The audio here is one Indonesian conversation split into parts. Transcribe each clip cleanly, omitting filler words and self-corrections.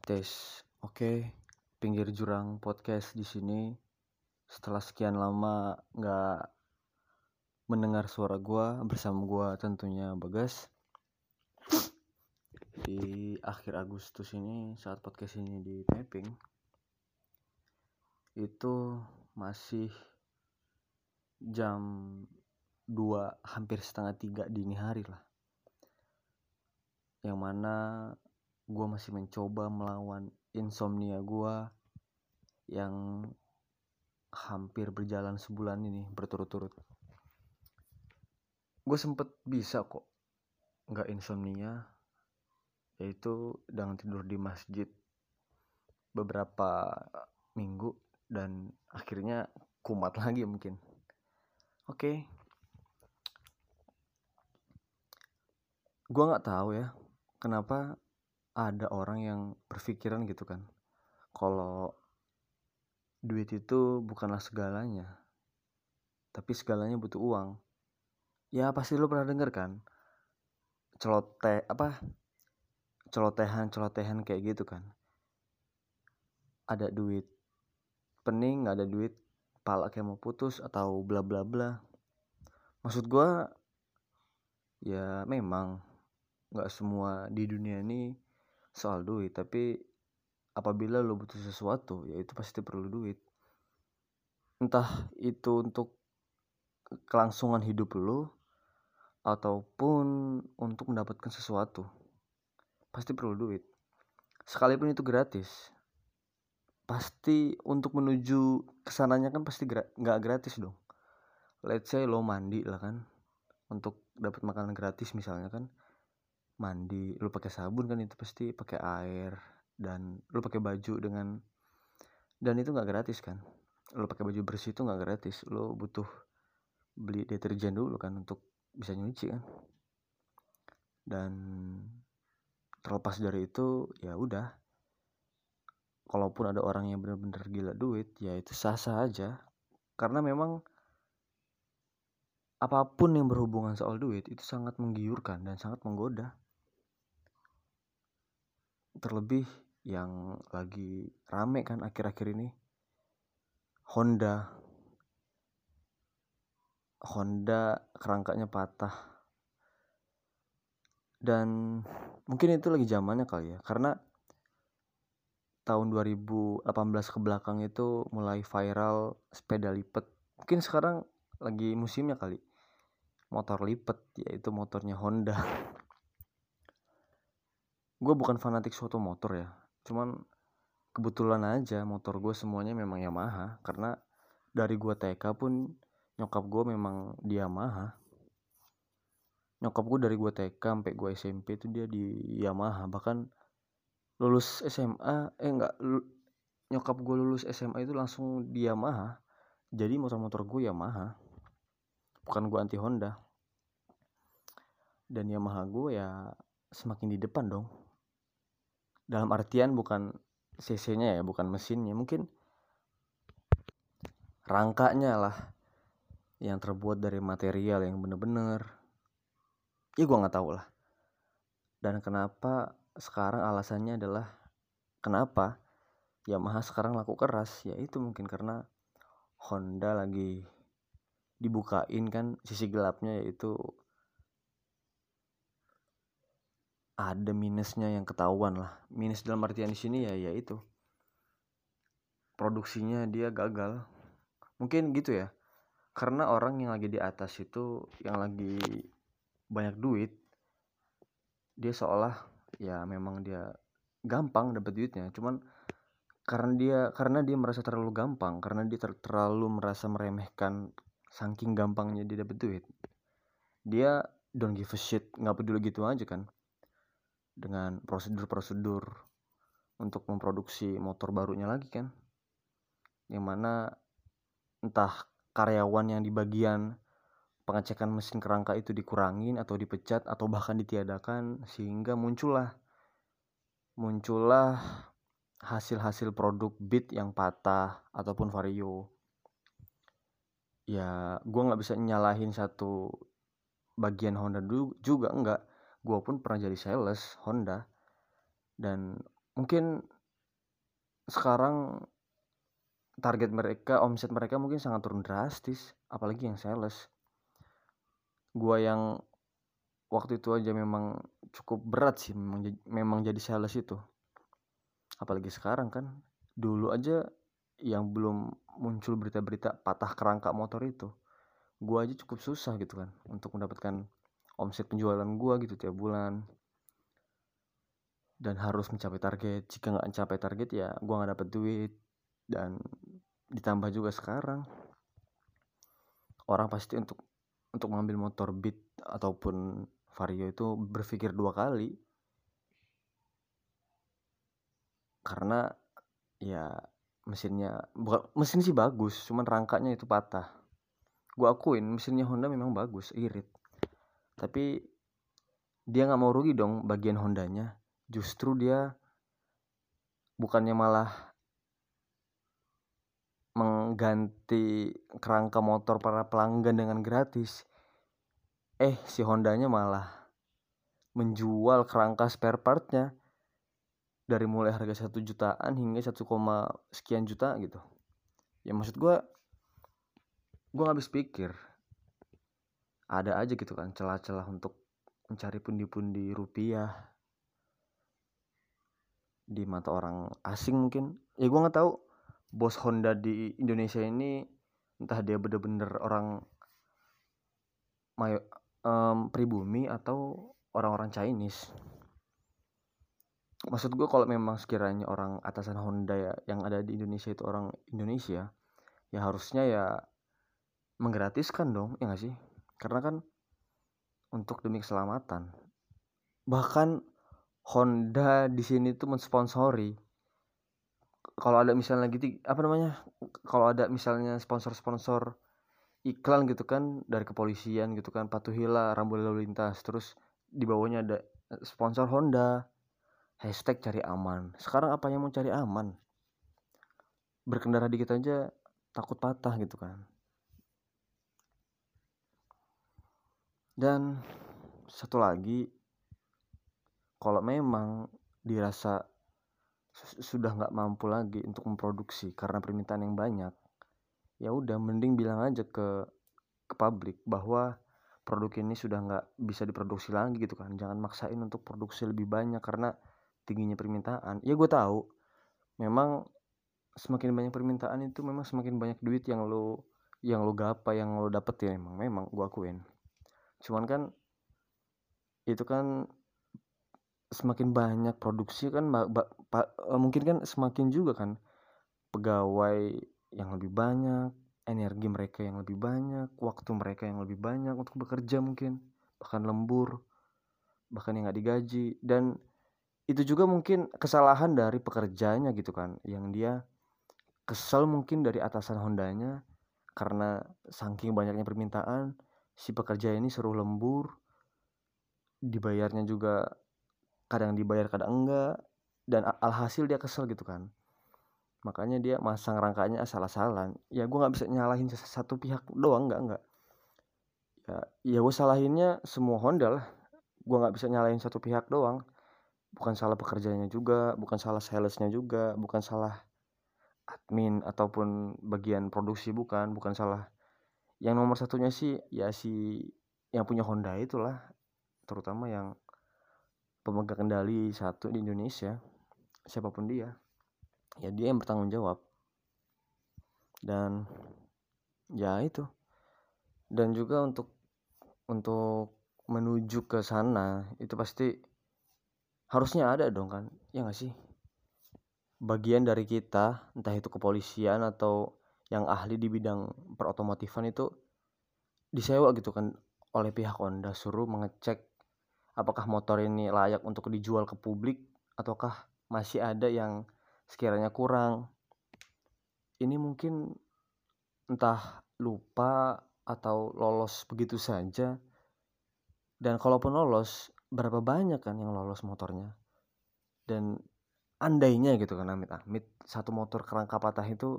Tes, oke. Pinggir jurang podcast di sini. Setelah sekian lama nggak mendengar suara gua, bersama gua tentunya Bagas. Di akhir Agustus ini, saat podcast ini di taping, itu masih jam 2, hampir setengah 3 dini hari lah. Yang mana gua masih mencoba melawan insomnia gua yang hampir berjalan sebulan ini berturut-turut. Gue sempet bisa kok nggak insomnia, yaitu dengan tidur di masjid beberapa minggu dan akhirnya kumat lagi mungkin. Oke. Gue nggak tahu ya kenapa ada orang yang berpikiran gitu kan, kalau duit itu bukanlah segalanya, tapi segalanya butuh uang. Ya pasti lo pernah denger kan celotehan kayak gitu kan. Ada duit pening, nggak ada duit pala kayak mau putus atau bla bla bla. Maksud gue ya memang nggak semua di dunia ini soal duit, tapi apabila lo butuh sesuatu ya itu pasti perlu duit. Entah itu untuk kelangsungan hidup lo ataupun untuk mendapatkan sesuatu, pasti perlu duit. Sekalipun itu gratis, pasti untuk menuju kesananya kan pasti nggak gratis dong. Let's say lo mandi lah kan, untuk dapat makanan gratis misalnya kan, mandi lo pakai sabun kan, itu pasti pakai air, dan lo pakai baju dan itu nggak gratis kan. Lo pakai baju bersih itu nggak gratis, lo butuh beli deterjen dulu kan untuk bisa nyuci kan. Dan terlepas dari itu ya udah, kalaupun ada orang yang benar-benar gila duit ya itu sah-sah aja, karena memang apapun yang berhubungan soal duit itu sangat menggiurkan dan sangat menggoda. Terlebih yang lagi rame kan akhir-akhir ini, Honda kerangkanya patah. Dan mungkin itu lagi zamannya kali ya, karena tahun 2018 ke belakang itu mulai viral sepeda lipat. Mungkin sekarang lagi musimnya kali motor lipat, yaitu motornya Honda. Gue bukan fanatik suatu motor ya, cuman kebetulan aja motor gue semuanya memang Yamaha, karena dari gue TK pun nyokap gue memang di Yamaha. Nyokap gue dari gue TK sampai gue SMP itu dia di Yamaha. Bahkan lulus SMA nyokap gue lulus SMA itu langsung di Yamaha. Jadi motor-motor gue Yamaha, bukan gue anti Honda. Dan Yamaha gue ya semakin di depan dong, dalam artian bukan cc-nya ya, bukan mesinnya, mungkin rangkanya lah yang terbuat dari material yang bener-bener, ya gue nggak tahu lah. Dan kenapa sekarang alasannya adalah kenapa Yamaha sekarang laku keras, ya itu mungkin karena Honda lagi dibukain kan sisi gelapnya, yaitu ada minusnya yang ketahuan lah. Minus dalam artian di sini ya itu produksinya dia gagal. Mungkin gitu ya. Karena orang yang lagi di atas itu, yang lagi banyak duit, dia seolah ya memang dia gampang dapat duitnya. Cuman karena dia merasa terlalu gampang, karena dia terlalu merasa meremehkan saking gampangnya dia dapat duit, dia don't give a shit, nggak peduli gitu aja kan dengan prosedur untuk memproduksi motor barunya lagi kan, yang mana entah karyawan yang di bagian pengecekan mesin kerangka itu dikurangin atau dipecat atau bahkan ditiadakan, sehingga muncullah hasil-hasil produk beat yang patah ataupun vario. Ya gue nggak bisa nyalahin satu bagian Honda juga, enggak. Gue pun pernah jadi sales Honda, dan mungkin sekarang target mereka, omset mereka mungkin sangat turun drastis, apalagi yang sales. Gua yang waktu itu aja memang cukup berat sih memang jadi sales itu. Apalagi sekarang kan. Dulu aja yang belum muncul berita-berita patah kerangka motor itu, gua aja cukup susah gitu kan untuk mendapatkan omset penjualan gua gitu tiap bulan. Dan harus mencapai target. Jika nggak mencapai target ya gua nggak dapet duit. Dan ditambah juga sekarang orang pasti untuk mengambil motor Beat ataupun Vario itu berpikir 2 kali. Karena ya mesin sih bagus, cuman rangkanya itu patah. Gua akuin mesinnya Honda memang bagus, irit. Tapi dia nggak mau rugi dong bagian Hondanya. Justru dia bukannya malah mengganti kerangka motor para pelanggan dengan gratis. Si Hondanya malah menjual kerangka spare partnya dari mulai harga 1 jutaan hingga 1, sekian juta gitu. Ya maksud gue gak habis pikir. Ada aja gitu kan celah-celah untuk mencari pundi-pundi rupiah di mata orang asing mungkin. Ya gue gak tahu bos Honda di Indonesia ini entah dia bener-bener orang pribumi atau orang-orang Chinese. Maksud gue kalau memang sekiranya orang atasan Honda ya yang ada di Indonesia itu orang Indonesia, ya harusnya ya menggratiskan dong, ya gak sih? Karena kan untuk demi keselamatan. Bahkan Honda di sini tuh mensponsori. Kalau ada misalnya gitu, kalau ada misalnya sponsor-sponsor iklan gitu kan dari kepolisian gitu kan, patuhilah rambu lalu lintas, terus di bawahnya ada sponsor Honda, #cari aman. Sekarang apa yang mau cari aman? Berkendara dikit aja takut patah gitu kan. Dan satu lagi, kalau memang dirasa sudah nggak mampu lagi untuk memproduksi karena permintaan yang banyak, ya udah mending bilang aja ke publik bahwa produk ini sudah nggak bisa diproduksi lagi gitu kan. Jangan maksain untuk produksi lebih banyak karena tingginya permintaan. Ya gue tahu memang semakin banyak permintaan itu memang semakin banyak duit yang lo gapai, yang lo dapet ya. Memang gue akuin. Cuman kan itu kan semakin banyak produksi kan mungkin kan semakin juga kan pegawai yang lebih banyak, energi mereka yang lebih banyak, waktu mereka yang lebih banyak untuk bekerja mungkin, bahkan lembur, bahkan yang nggak digaji. Dan itu juga mungkin kesalahan dari pekerjanya gitu kan, yang dia kesel mungkin dari atasan Hondanya karena saking banyaknya permintaan, si pekerja ini suruh lembur, dibayarnya juga kadang dibayar kadang enggak, dan alhasil dia kesel gitu kan. Makanya dia masang rangkanya asal-asalan. Ya gue nggak bisa nyalahin satu pihak doang, enggak. Ya gue salahinnya semua Honda lah. Gue nggak bisa nyalahin satu pihak doang. Bukan salah pekerjanya juga, bukan salah salesnya juga, bukan salah admin ataupun bagian produksi, bukan salah. Yang nomor satunya sih ya si yang punya Honda itulah, terutama yang pemegang kendali satu di Indonesia, siapapun dia. Ya dia yang bertanggung jawab. Dan ya itu. Dan juga untuk menuju ke sana itu pasti harusnya ada dong kan, ya nggak sih, bagian dari kita, entah itu kepolisian atau yang ahli di bidang perotomotifan itu disewa gitu kan oleh pihak Honda, suruh mengecek apakah motor ini layak untuk dijual ke publik ataukah masih ada yang sekiranya kurang. Ini mungkin entah lupa atau lolos begitu saja. Dan kalaupun lolos, berapa banyak kan yang lolos motornya. Dan andainya gitu kan, amit-amit satu motor kerangka patah itu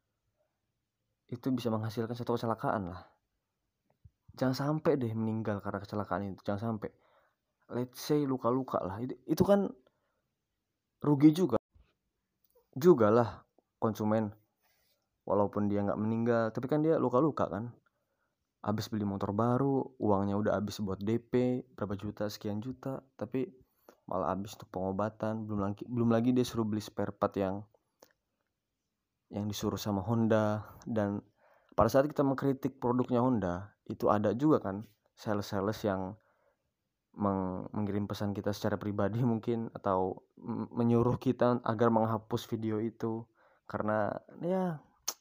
bisa menghasilkan satu kecelakaan lah. Jangan sampai deh meninggal karena kecelakaan itu, jangan sampai. Let's say luka-luka lah. Itu kan rugi juga lah konsumen, walaupun dia nggak meninggal tapi kan dia luka-luka kan, habis beli motor baru, uangnya udah habis buat DP berapa juta, sekian juta, tapi malah habis untuk pengobatan, belum lagi dia suruh beli spare part yang disuruh sama Honda. Dan pada saat kita mengkritik produknya Honda, itu ada juga kan sales yang mengirim pesan kita secara pribadi mungkin, atau menyuruh kita agar menghapus video itu karena ya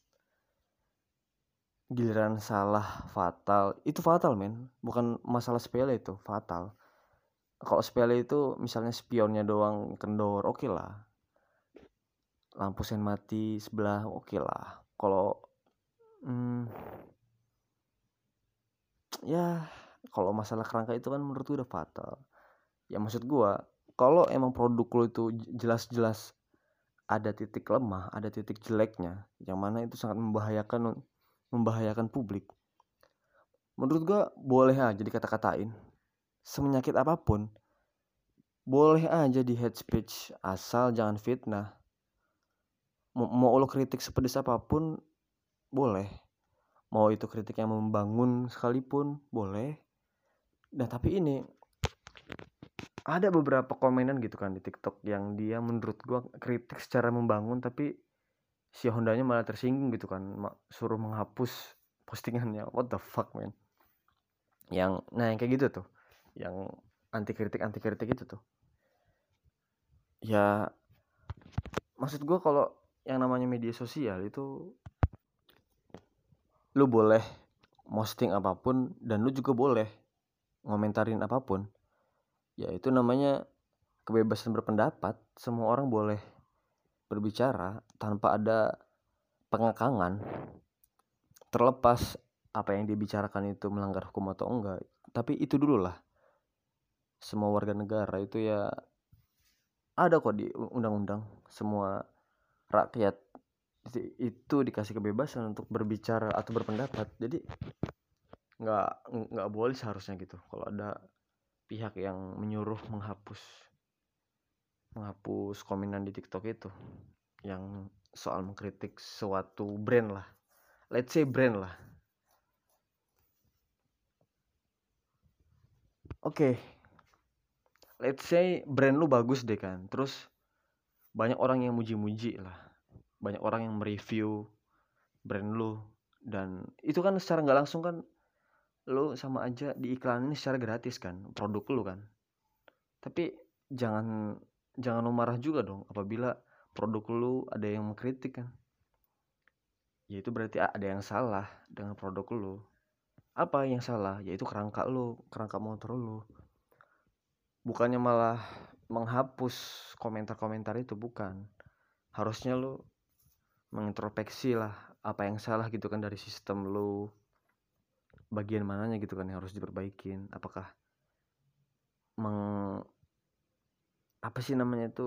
giliran salah fatal. Itu fatal men, bukan masalah sepele, itu fatal. Kalau sepele itu misalnya spionnya doang kendor, oke lah, lampu sen mati sebelah, oke lah. Kalau ya kalau masalah kerangka itu kan menurut gue udah fatal. Ya maksud gue, kalau emang produk lo itu jelas-jelas ada titik lemah, ada titik jeleknya, yang mana itu sangat membahayakan publik, menurut gue boleh aja dikata-katain, semenyakit apapun boleh aja di hate speech, asal jangan fitnah. Mau lo kritik sepedes apapun boleh, mau itu kritik yang membangun sekalipun boleh. Nah tapi ini ada beberapa komenan gitu kan di TikTok yang dia menurut gua kritik secara membangun, tapi si Hondanya malah tersinggung gitu kan, suruh menghapus postingannya. What the fuck man. Yang kayak gitu tuh, yang anti kritik itu tuh, ya maksud gua kalau yang namanya media sosial itu lu boleh posting apapun dan lu juga boleh ngomentarin apapun. Ya itu namanya kebebasan berpendapat. Semua orang boleh berbicara tanpa ada pengekangan, terlepas apa yang dibicarakan itu melanggar hukum atau enggak. Tapi itu dulu lah, semua warga negara itu ya ada kok di undang-undang, semua rakyat itu dikasih kebebasan untuk berbicara atau berpendapat. Jadi nggak boleh seharusnya gitu kalau ada pihak yang menyuruh menghapus komenan di TikTok itu yang soal mengkritik suatu brand lah, let's say brand lah. Oke, let's say brand lu bagus deh kan, terus banyak orang yang muji-muji lah, banyak orang yang mereview brand lu, dan itu kan secara nggak langsung kan lu sama aja diiklanin secara gratis kan produk lu kan. Tapi jangan lu marah juga dong apabila produk lu ada yang mengkritik kan. Ya itu berarti ada yang salah dengan produk lu. Apa yang salah? Yaitu kerangka lu, kerangka motor lu. Bukannya malah menghapus komentar-komentar itu, bukan. Harusnya lu mengintrospeksi lah apa yang salah gitu kan dari sistem lu. Bagian mananya gitu kan yang harus diperbaikin. Apakah apa sih namanya itu,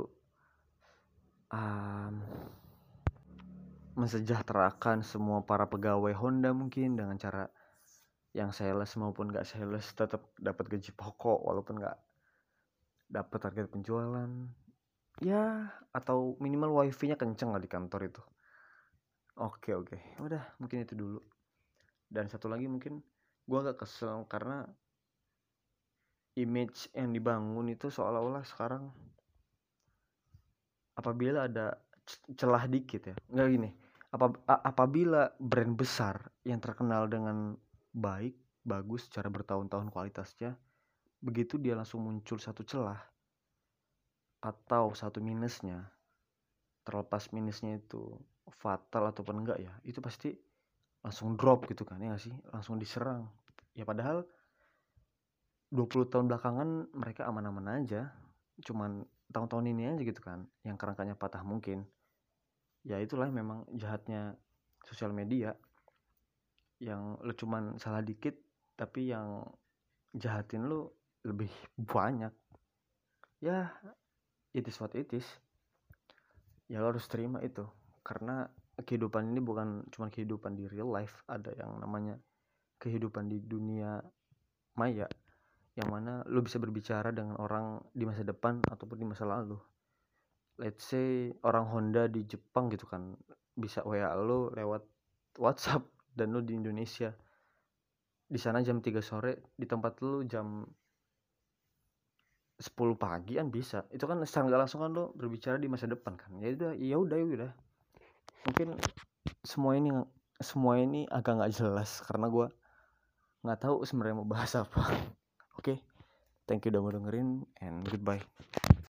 mensejahterakan semua para pegawai Honda mungkin dengan cara yang sales maupun gak sales tetap dapat gaji pokok walaupun gak dapat target penjualan ya, atau minimal wifi-nya kenceng lah di kantor itu. Oke, udah mungkin itu dulu. Dan satu lagi mungkin gue agak kesel karena image yang dibangun itu seolah-olah sekarang apabila ada celah dikit ya, nggak gini, apabila brand besar yang terkenal dengan baik, bagus secara bertahun-tahun kualitasnya, begitu dia langsung muncul satu celah atau satu minusnya, terlepas minusnya itu fatal ataupun enggak ya, itu pasti langsung drop gitu kan, ya gak sih, langsung diserang. Ya padahal 20 tahun belakangan mereka aman-aman aja, cuman tahun-tahun ini aja gitu kan yang kerangkanya patah mungkin. Ya itulah memang jahatnya sosial media, yang lu cuman salah dikit tapi yang jahatin lu lebih banyak. Ya it is what it is, ya lo harus terima itu, karena kehidupan ini bukan cuma kehidupan di real life, ada yang namanya kehidupan di dunia maya, yang mana lu bisa berbicara dengan orang di masa depan ataupun di masa lalu. let's say orang Honda di Jepang gitu kan bisa WA lu lewat WhatsApp dan lu di Indonesia. Di sana jam 3 sore, di tempat lu jam 10 pagi kan bisa. Itu kan secara nggak langsung kan lu berbicara di masa depan kan. Ya udah. Mungkin semua ini agak nggak jelas karena gue nggak tahu sebenarnya mau bahas apa. Oke, thank you udah mau dengerin and goodbye.